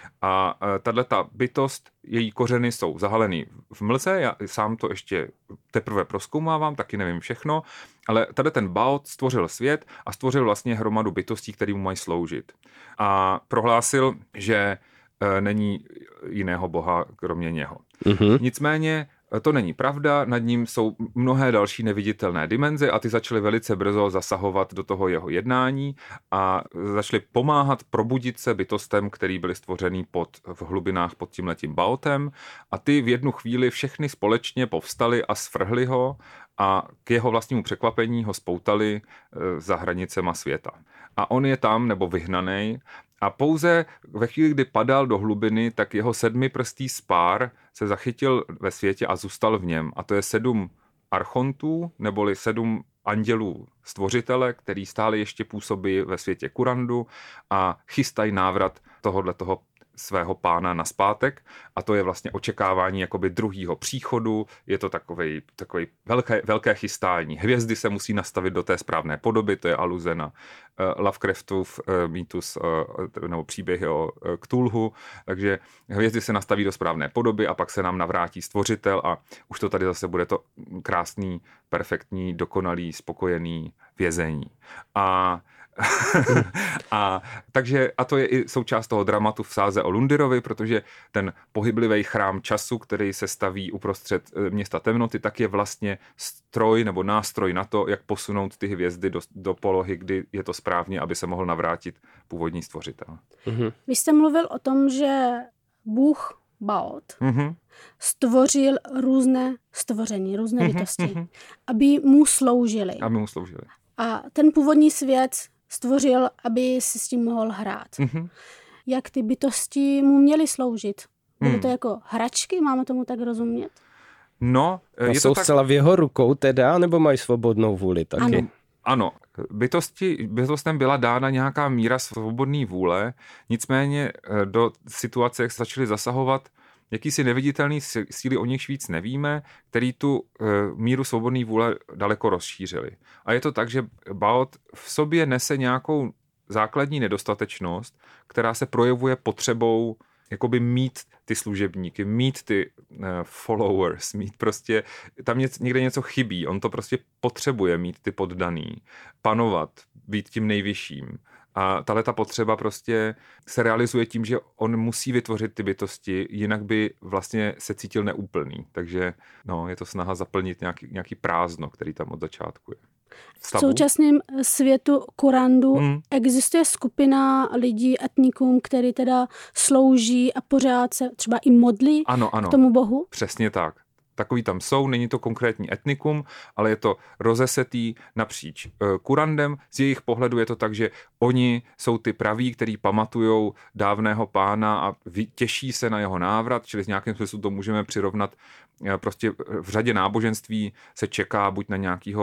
A uh, tato bytost, její kořeny jsou zahalený v mlze, já sám to ještě teprve prozkoumávám, taky nevím všechno, ale tady ten Baot stvořil svět a stvořil vlastně hromadu bytostí, které mu mají sloužit. A prohlásil, že uh, není jiného boha kromě něho. Uh-huh. Nicméně to není pravda, nad ním jsou mnohé další neviditelné dimenze a ty začaly velice brzo zasahovat do toho jeho jednání a začaly pomáhat probudit se bytostem, který byly stvořený pod, v hlubinách pod tímhletím Baotem a ty v jednu chvíli všechny společně povstali a svrhli ho a k jeho vlastnímu překvapení ho spoutali za hranicema světa. A on je tam, nebo vyhnanej, a pouze ve chvíli, kdy padal do hlubiny, tak jeho sedmiprstý spár se zachytil ve světě a zůstal v něm. A to je sedm archontů, neboli sedm andělů stvořitele, který stále ještě působí ve světě Kurandu a chystají návrat tohoto svého pána nazpátek a to je vlastně očekávání jakoby druhýho příchodu, je to takovej, takovej velké, velké chystání. Hvězdy se musí nastavit do té správné podoby, to je aluze na uh, Lovecraftův uh, mýtus uh, nebo příběhy o uh, Cthulhu, takže hvězdy se nastaví do správné podoby a pak se nám navrátí stvořitel a už to tady zase bude to krásný, perfektní, dokonalý, spokojený vězení. A a takže a to je i součást toho dramatu v sáze o Lundirovi, protože ten pohyblivý chrám času, který se staví uprostřed města temnoty, tak je vlastně stroj nebo nástroj na to, jak posunout ty hvězdy do, do polohy, kdy je to správně, aby se mohl navrátit původní stvořitel. Mm-hmm. Vy jste mluvil o tom, že Bůh Baot mm-hmm. stvořil různé stvoření, různé mm-hmm. bytosti, mm-hmm. aby mu sloužili. Aby mu sloužili. A ten původní svět stvořil, aby si s tím mohl hrát. Mm-hmm. Jak ty bytosti mu měly sloužit? Byly mm. to jako hračky, máme tomu tak rozumět? No, je jsou to tak... zcela v jeho rukou teda, nebo mají svobodnou vůli taky? Ano. Ano, bytosti, bytostem byla dána nějaká míra svobodné vůle, nicméně do situace, jak se začaly zasahovat jakýsi neviditelný síly, o nichž víc nevíme, který tu e, míru svobodné vůle daleko rozšířili. A je to tak, že Baot v sobě nese nějakou základní nedostatečnost, která se projevuje potřebou jakoby mít ty služebníky, mít ty e, followers, mít prostě, tam ně, někde něco chybí, on to prostě potřebuje mít ty poddaný, panovat, být tím nejvyšším. A tahleta potřeba prostě se realizuje tím, že on musí vytvořit ty bytosti, jinak by vlastně se cítil neúplný. Takže no, je to snaha zaplnit nějaký, nějaký prázdno, který tam od začátku je. V současném světu Kurandu hmm. existuje skupina lidí, etnikům, který teda slouží a pořád se třeba i modlí ano, ano, k tomu bohu? Přesně tak. Takový tam jsou, není to konkrétní etnikum, ale je to rozesetý napříč Kurandem. Z jejich pohledu je to tak, že oni jsou ty praví, který pamatujou dávného pána a těší se na jeho návrat, čili z nějakým smyslu to můžeme přirovnat. Prostě v řadě náboženství se čeká buď na nějakého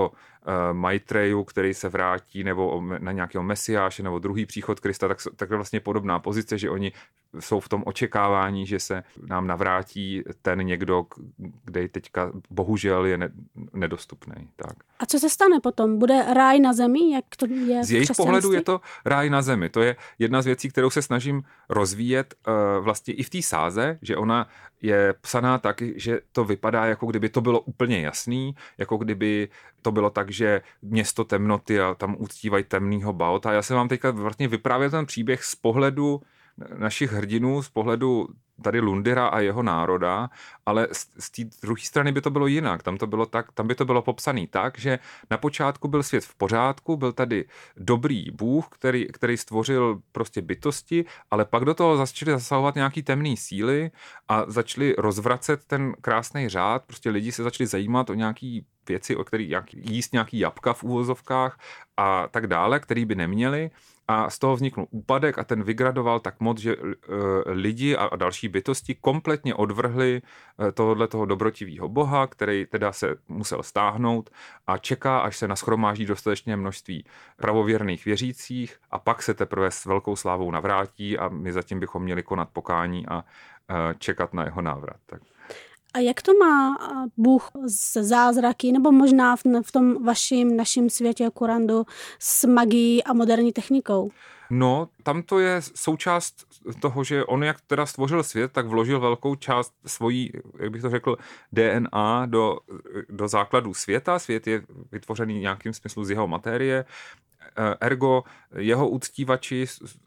Maitreju, který se vrátí, nebo na nějakého mesiáše, nebo druhý příchod Krista, tak, tak je vlastně podobná pozice, že oni jsou v tom očekávání, že se nám navrátí ten někdo, kde teďka bohužel je ne, nedostupný. Tak. A co se stane potom? Bude ráj na zemi? Jak to je z jejich pohledu je to ráj na zemi. To je jedna z věcí, kterou se snažím rozvíjet uh, vlastně i v té sáze, že ona je psaná tak, že to vypadá, jako kdyby to bylo úplně jasný, jako kdyby to bylo tak, že město temnoty a tam uctívají temnýho Baota. Já jsem vám teďka vlastně vyprávěl ten příběh z pohledu našich hrdinů, z pohledu tady Lundira a jeho národa, ale z té druhé strany by to bylo jinak. Tam, to bylo tak, tam by to bylo popsané tak, že na počátku byl svět v pořádku, byl tady dobrý Bůh, který, který stvořil prostě bytosti, ale pak do toho začaly zasahovat nějaký temný síly a začali rozvracet ten krásný řád. Prostě lidi se začali zajímat o nějaký věci, o kterých jíst nějaký jabka v úvozovkách a tak dále, který by neměli. A z toho vzniknul úpadek a ten vygradoval tak moc, že uh, lidi a, a další bytosti kompletně odvrhli uh, tohohle toho dobrotivého boha, který teda se musel stáhnout a čeká, až se nashromáždí dostatečné množství pravověrných věřících a pak se teprve s velkou slávou navrátí a my zatím bychom měli konat pokání a uh, čekat na jeho návrat. Tak. A jak to má Bůh z zázraky, nebo možná v, v tom vaším, našem světě Kurandu s magií a moderní technikou? No, tam to je součást toho, že on jak teda stvořil svět, tak vložil velkou část svojí, jak bych to řekl, D N A do, do základů světa. Svět je vytvořený nějakým smyslu z jeho materie. Ergo jeho uctívači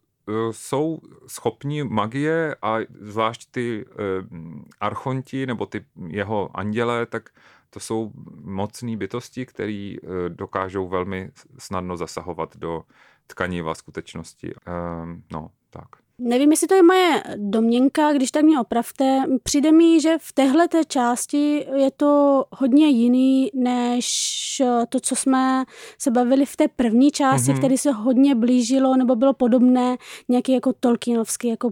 jsou schopni magie a zvlášť ty eh, archonti nebo ty jeho anděle, tak to jsou mocné bytosti, které eh, dokážou velmi snadno zasahovat do tkaniva skutečnosti. Eh, no, tak. Nevím, jestli to je moje domněnka, když tak mě opravte. Přijde mi, že v téhleté části je to hodně jiný, než to, co jsme se bavili v té první části, mm-hmm. které se hodně blížilo nebo bylo podobné nějaký jako Tolkienovský jako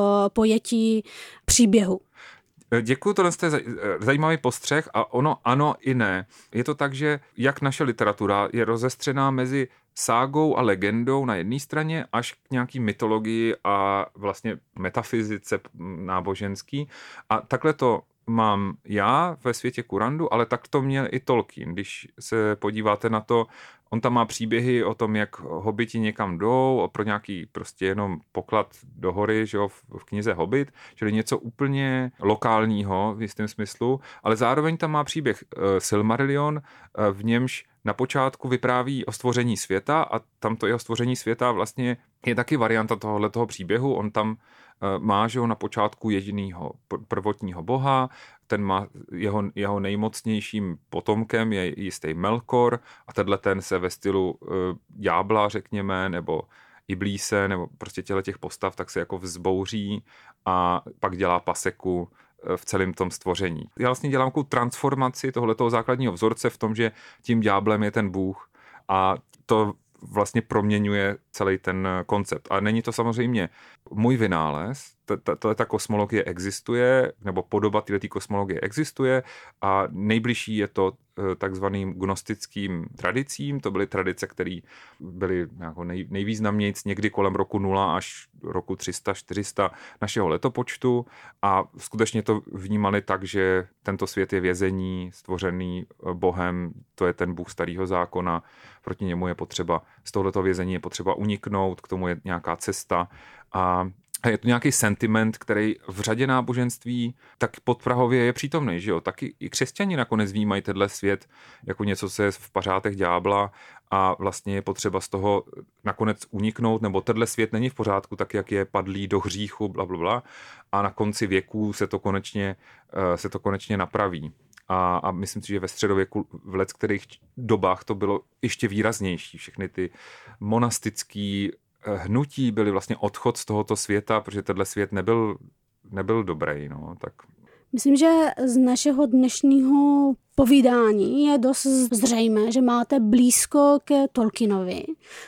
pojetí příběhu. Děkuju, tohle je zajímavý postřeh a ono ano i ne. Je to tak, že jak naše literatura je rozestřená mezi ságou a legendou na jedné straně až k nějaký mytologii a vlastně metafyzice náboženský. A takhle to mám já ve světě Kurandu, ale tak to měl i Tolkien. Když se podíváte na to, on tam má příběhy o tom, jak hobiti někam jdou, pro nějaký prostě jenom poklad do hory, že jo, v knize Hobbit, čili něco úplně lokálního v jistém smyslu, ale zároveň tam má příběh Silmarillion, v němž na počátku vypráví o stvoření světa a tamto jeho stvoření světa vlastně je taky varianta tohohletoho příběhu. On tam má, že ho na počátku jedinýho prvotního boha, ten má, jeho, jeho nejmocnějším potomkem je jistý Melkor a tenhle ten se ve stylu uh, ďábla, řekněme, nebo Iblíse, nebo prostě těchto těch postav, tak se jako vzbouří a pak dělá paseku v celém tom stvoření. Já vlastně dělám takovou transformaci tohletoho základního vzorce v tom, že tím ďáblem je ten Bůh a to vlastně proměňuje celý ten koncept. A není to samozřejmě můj vynález, ta kosmologie existuje, nebo podoba této kosmologie existuje a nejbližší je to takzvaným gnostickým tradicím. To byly tradice, které byly jako nej, nejvýznamnějc někdy kolem roku nula až roku tři sta čtyři sta našeho letopočtu a skutečně to vnímali tak, že tento svět je vězení, stvořený Bohem, to je ten Bůh starého zákona, proti němu je potřeba, z tohoto vězení je potřeba uniknout, k tomu je nějaká cesta a A je to nějaký sentiment, který v řadě náboženství tak podprahově je přítomný, že jo? Taky i křesťani nakonec vnímají tenhle svět jako něco, co je v pařátech ďábla a vlastně je potřeba z toho nakonec uniknout, nebo tenhle svět není v pořádku tak, jak je padlý do hříchu, blablabla a na konci věků se to konečně, se to konečně napraví. A, a myslím si, že ve středověku v leckterých dobách to bylo ještě výraznější. Všechny ty monastický hnutí byly vlastně odchod z tohoto světa, protože tenhle svět nebyl, nebyl dobrý. No, tak. Myslím, že z našeho dnešního povídání je dost zřejmé, že máte blízko ke Tolkienovi.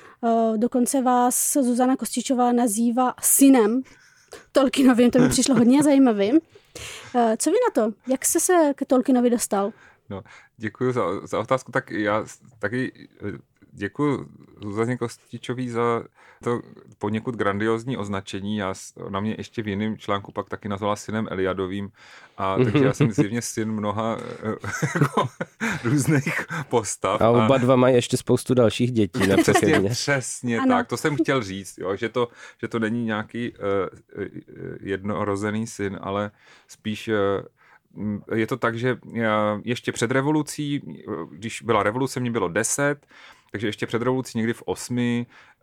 Dokonce vás Zuzana Kostičová nazývá synem Tolkienovým, to mi přišlo hodně zajímavým. Co vy na to? Jak jste se k Tolkienovi dostal? No, děkuji za, za otázku. Tak já taky děkuji Zuzaně Kostičový za to poněkud grandiozní označení. Já na mě ještě v jiném článku pak taky nazvala synem Eliadovým. A takže já jsem zjevně syn mnoha jako, různých postav. A oba dva mají ještě spoustu dalších dětí. Přesně, přesně tak. To jsem chtěl říct, jo, že, to, že to není nějaký uh, jednorozený syn, ale spíš... Uh, je to tak, že ještě před revolucí, když byla revoluce, mě bylo deset, takže ještě před revolucí někdy v osmi,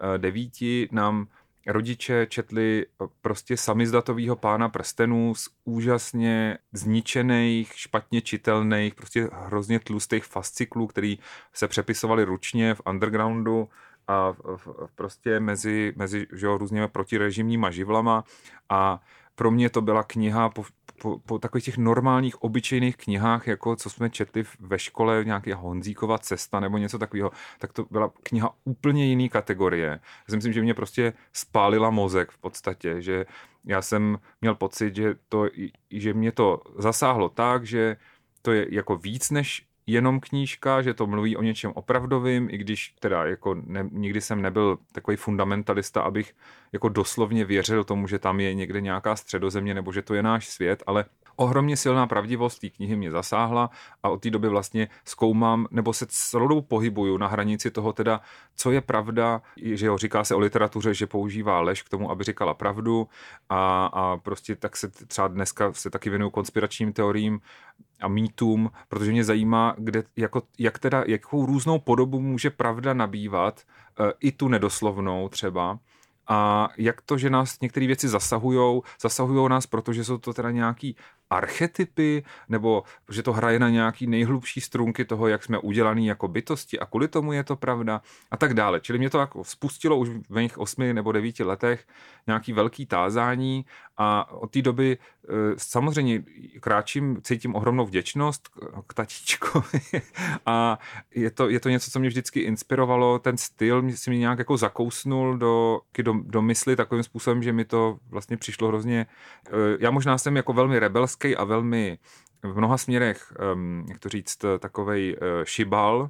devíti nám rodiče četli prostě samizdatovýho Pána prstenů z úžasně zničených, špatně čitelných, prostě hrozně tlustých fasciklů, který se přepisovali ručně v undergroundu a prostě mezi, mezi že jo, různými protirežimníma živlama a pro mě to byla kniha po, po, po takových těch normálních, obyčejných knihách, jako co jsme četli ve škole, nějaká Honzíkova cesta nebo něco takového, tak to byla kniha úplně jiný kategorie. Já si myslím, že mě prostě spálila mozek v podstatě, že já jsem měl pocit, že, to, že mě to zasáhlo tak, že to je jako víc než jenom knížka, že to mluví o něčem opravdovým, i když teda jako ne, nikdy jsem nebyl takový fundamentalista, abych jako doslovně věřil tomu, že tam je někde nějaká středozemě nebo že to je náš svět, ale ohromně silná pravdivost té knihy mě zasáhla a od té doby vlastně zkoumám, nebo se celou dobu pohybuju na hranici toho teda, co je pravda, že jo, říká se o literatuře, že používá lež k tomu, aby říkala pravdu a, a prostě tak se třeba dneska se taky věnuju konspiračním teoriím a mýtům, protože mě zajímá, kde, jako, jak teda, jakou různou podobu může pravda nabývat, e, i tu nedoslovnou třeba, a jak to, že nás některé věci zasahujou, zasahujou nás, protože jsou to teda nějaký archetypy, nebo že to hraje na nějaký nejhlubší strunky toho, jak jsme udělaný jako bytosti a kvůli tomu je to pravda a tak dále. Čili mě to jako spustilo už v mých osmi nebo devíti letech nějaký velký tázání a od té doby samozřejmě kráčím, cítím ohromnou vděčnost k tatíčkovi a je to, je to něco, co mě vždycky inspirovalo, ten styl si mě nějak jako zakousnul do, do, do mysli takovým způsobem, že mi to vlastně přišlo hrozně, já možná jsem jako velmi rebelský a velmi v mnoha směrech, jak to říct, takovej šibal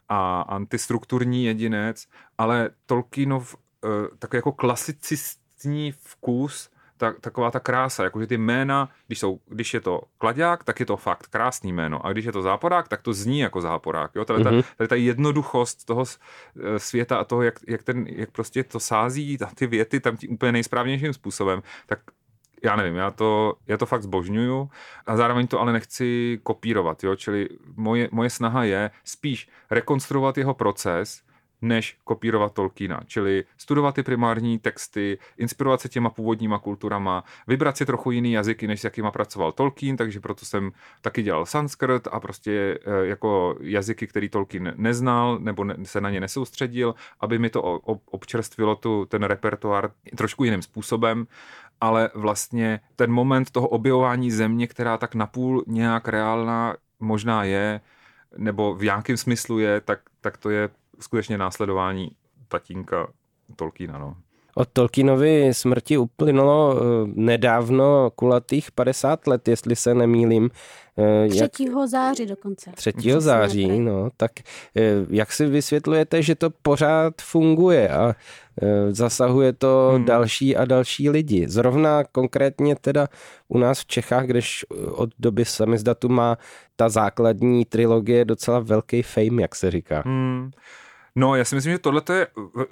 a antistrukturní jedinec, ale Tolkienův takový jako klasicistní vkus, tak, taková ta krása, jakože ty jména, když, jsou, když je to klaďák, tak je to fakt krásný jméno. A když je to záporák, tak to zní jako záporák. Jo? Tady, mm-hmm. ta, tady ta jednoduchost toho světa a toho, jak, jak, ten, jak prostě to sází, ty věty tam tím úplně nejsprávnějším způsobem, tak já nevím, já to, já to fakt zbožňuju a zároveň to ale nechci kopírovat. Jo? Čili moje, moje snaha je spíš rekonstruovat jeho proces, než kopírovat Tolkiena, čili studovat ty primární texty, inspirovat se těma původníma kulturama, vybrat si trochu jiný jazyky, než s jakýma pracoval Tolkien, takže proto jsem taky dělal sanskrt a prostě jako jazyky, který Tolkien neznal nebo ne, se na ně nesoustředil, aby mi to občerstvilo tu, ten repertoár trošku jiným způsobem, ale vlastně ten moment toho objevování země, která tak napůl nějak reálná možná je, nebo v nějakém smyslu je, tak, tak to je skutečně následování tatínka Tolkiena, no. Od Tolkienovy smrti uplynulo nedávno kulatých padesát let, jestli se nemýlím. třetího září dokonce. třetího září, no. Tak jak si vysvětlujete, že to pořád funguje a zasahuje to hmm. další a další lidi? Zrovna konkrétně teda u nás v Čechách, když od doby samizdatu má ta základní trilogie docela velký fame, jak se říká. Hmm. No, já si myslím, že tohle je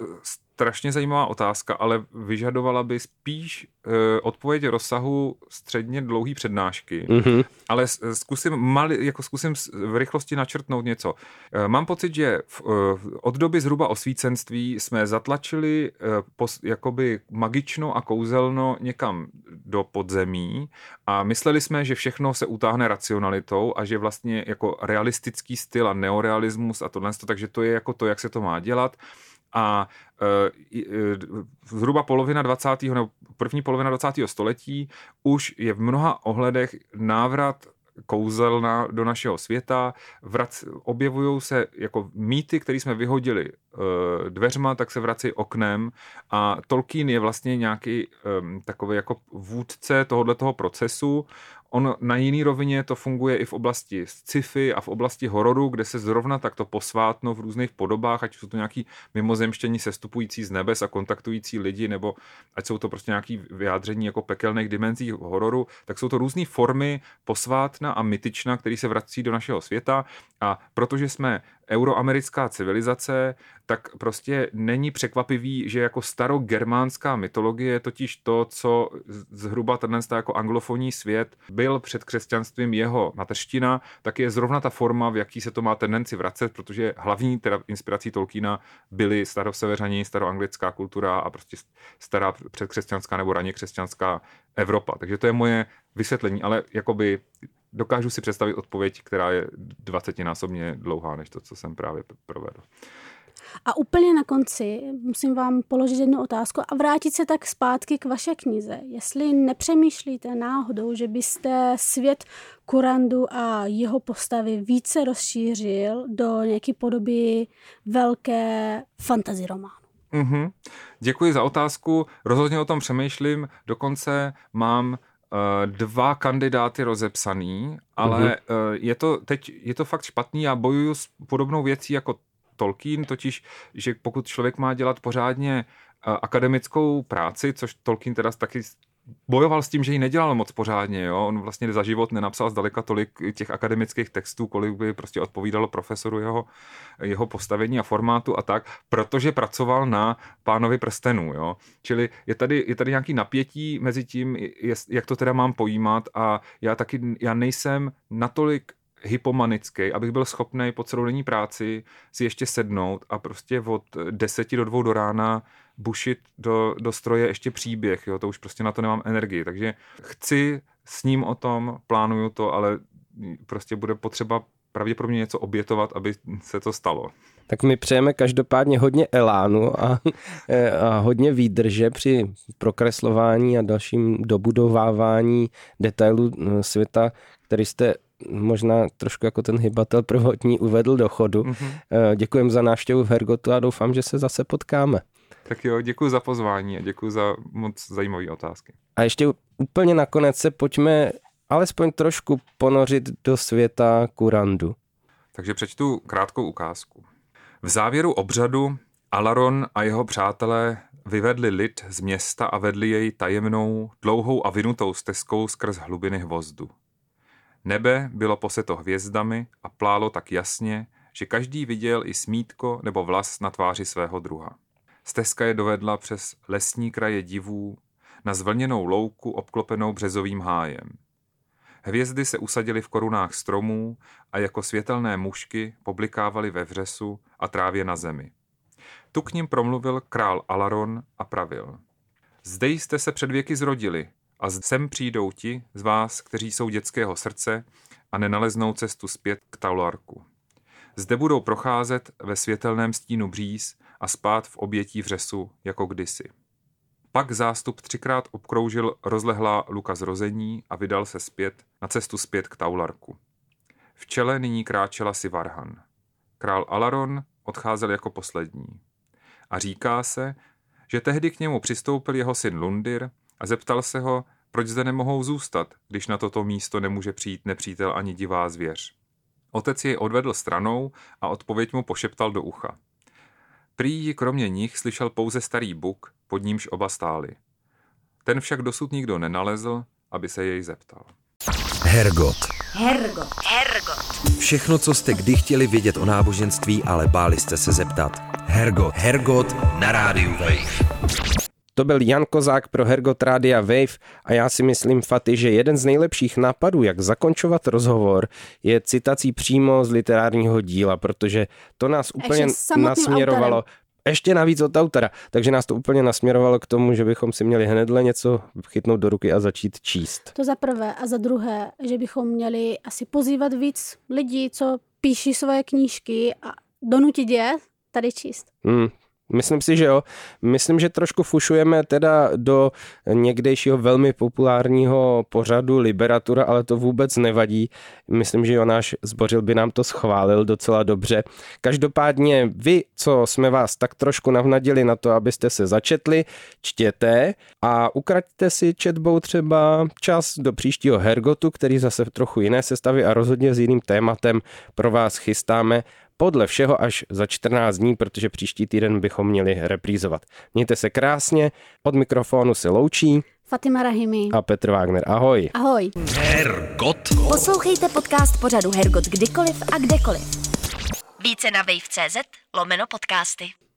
strašně zajímavá otázka, ale vyžadovala by spíš uh, odpověď rozsahu středně dlouhý přednášky. Mm-hmm. Ale zkusím, mali, jako zkusím v rychlosti načrtnout něco. Uh, mám pocit, že v, uh, od doby zhruba osvícenství jsme zatlačili uh, pos, jakoby magično a kouzelno někam do podzemí a mysleli jsme, že všechno se utáhne racionalitou a že vlastně jako realistický styl a neorealismus a tohle, takže to je jako to, jak se to má dělat. A e, e, zhruba polovina dvacátého nebo první polovina dvacátého století už je v mnoha ohledech návrat kouzelna do našeho světa, vrac, objevují se jako mýty, které jsme vyhodili e, dveřma, tak se vrací oknem a Tolkien je vlastně nějaký e, takový jako vůdce tohoto procesu. On na jiný rovině to funguje i v oblasti sci-fi a v oblasti hororu, kde se zrovna takto posvátno v různých podobách, ať jsou to nějaký mimozemštění sestupující z nebes a kontaktující lidi, nebo ať jsou to prostě nějaký vyjádření jako pekelných dimenzí hororu, tak jsou to různé formy posvátna a mytična, který se vrací do našeho světa. A protože jsme euroamerická civilizace, tak prostě není překvapivý, že jako starogermánská mytologie je totiž to, co zhruba tenhle jako anglofonní svět byl před křesťanstvím jeho mateřština, tak je zrovna ta forma, v jaký se to má tendenci vracet, protože hlavní teda inspirací Tolkiena byly staroseverní, staroanglická kultura a prostě stará předkřesťanská nebo raně křesťanská Evropa. Takže to je moje vysvětlení, ale jakoby dokážu si představit odpověď, která je dvacetinásobně dlouhá než to, co jsem právě provedl. A úplně na konci musím vám položit jednu otázku a vrátit se tak zpátky k vaše knize. Jestli nepřemýšlíte náhodou, že byste svět Kurandu a jeho postavy více rozšířil do nějaké podoby velké fantasy románu. Mm-hmm. Děkuji za otázku. Rozhodně o tom přemýšlím. Dokonce mám dva kandidáty rozepsaný, ale uh-huh. je to teď je to fakt špatný. Já bojuju s podobnou věcí jako Tolkien, totiž, že pokud člověk má dělat pořádně uh, akademickou práci, což Tolkien teda taky bojoval s tím, že ji nedělal moc pořádně, jo? On vlastně za život nenapsal zdaleka tolik těch akademických textů, kolik by prostě odpovídalo profesoru jeho, jeho postavení a formátu a tak, protože pracoval na Pánovi prstenů, jo? Čili je tady, je tady nějaký napětí mezi tím, jak to teda mám pojímat a já taky, já nejsem natolik hypomanický, abych byl schopný po celodenní práci si ještě sednout a prostě od deseti do dvou do rána bušit do, do stroje ještě příběh, jo, to už prostě na to nemám energii, takže chci s ním o tom, plánuju to, ale prostě bude potřeba pravděpodobně něco obětovat, aby se to stalo. Tak my přejeme každopádně hodně elánu a, a hodně výdrže při prokreslování a dalším dobudovávání detailů světa, který jste možná trošku jako ten hybatel prvotní uvedl do chodu. Mm-hmm. Děkujem za návštěvu v Hergotu a doufám, že se zase potkáme. Tak jo, děkuji za pozvání a děkuji za moc zajímavé otázky. A ještě úplně nakonec se pojďme alespoň trošku ponořit do světa Kurandu. Takže přečtu krátkou ukázku. V závěru obřadu Alaron a jeho přátelé vyvedli lid z města a vedli jej tajemnou, dlouhou a vinutou stezkou skrz hlubiny hvozdu. Nebe bylo poseto hvězdami a plálo tak jasně, že každý viděl i smítko nebo vlas na tváři svého druha. Stezka je dovedla přes lesní kraje divů na zvlněnou louku obklopenou březovým hájem. Hvězdy se usadily v korunách stromů a jako světelné mušky poblikávaly ve vřesu a trávě na zemi. Tu k nim promluvil král Alaron a pravil. Zde jste se před věky zrodili a sem přijdou ti z vás, kteří jsou dětského srdce a nenaleznou cestu zpět k Taularku. Zde budou procházet ve světelném stínu bříz a spát v obětí vřesu jako kdysi. Pak zástup třikrát obkroužil rozlehlá luka zrození a vydal se zpět na cestu zpět k Taularku. V čele nyní kráčela Sivarhan. Král Alaron odcházel jako poslední. A říká se, že tehdy k němu přistoupil jeho syn Lundir a zeptal se ho, proč zde nemohou zůstat, když na toto místo nemůže přijít nepřítel ani divá zvěř. Otec jej odvedl stranou a odpověď mu pošeptal do ucha. Prý ji kromě nich slyšel pouze starý buk, pod nímž oba stáli. Ten však dosud nikdo nenalezl, aby se jej zeptal. Hergot. Hergot. Hergot. Všechno, co jste kdy chtěli vědět o náboženství, ale báli jste se zeptat. Hergot. Hergot na rádiu Wave. To byl Jan Kozák pro Hergot Rádia Wave a já si myslím, Faty, že jeden z nejlepších nápadů, jak zakončovat rozhovor, je citací přímo z literárního díla, protože to nás úplně nasměrovalo. Autorem. Ještě navíc od autora, takže nás to úplně nasměrovalo k tomu, že bychom si měli hnedle něco chytnout do ruky a začít číst. To za prvé a za druhé, že bychom měli asi pozývat víc lidí, co píší svoje knížky a donutit je tady číst. Hmm. Myslím si, že jo. Myslím, že trošku fušujeme teda do někdejšího velmi populárního pořadu Liberatura, ale to vůbec nevadí. Myslím, že Jonáš Zbořil by nám to schválil docela dobře. Každopádně vy, co jsme vás tak trošku navnadili na to, abyste se začetli, čtěte a ukraďte si četbou třeba čas do příštího Hergotu, který zase v trochu jiné sestavě a rozhodně s jiným tématem pro vás chystáme. Podle všeho až za čtrnáct dní, protože příští týden bychom měli reprízovat. Mějte se krásně, od mikrofonu se loučí Fatima Rahimi a Petr Wagner. Ahoj. Ahoj. Hergot. Poslouchejte podcast pořadu Hergot kdykoliv a kdekoliv. Více na wave tečka cz lomeno podcasty.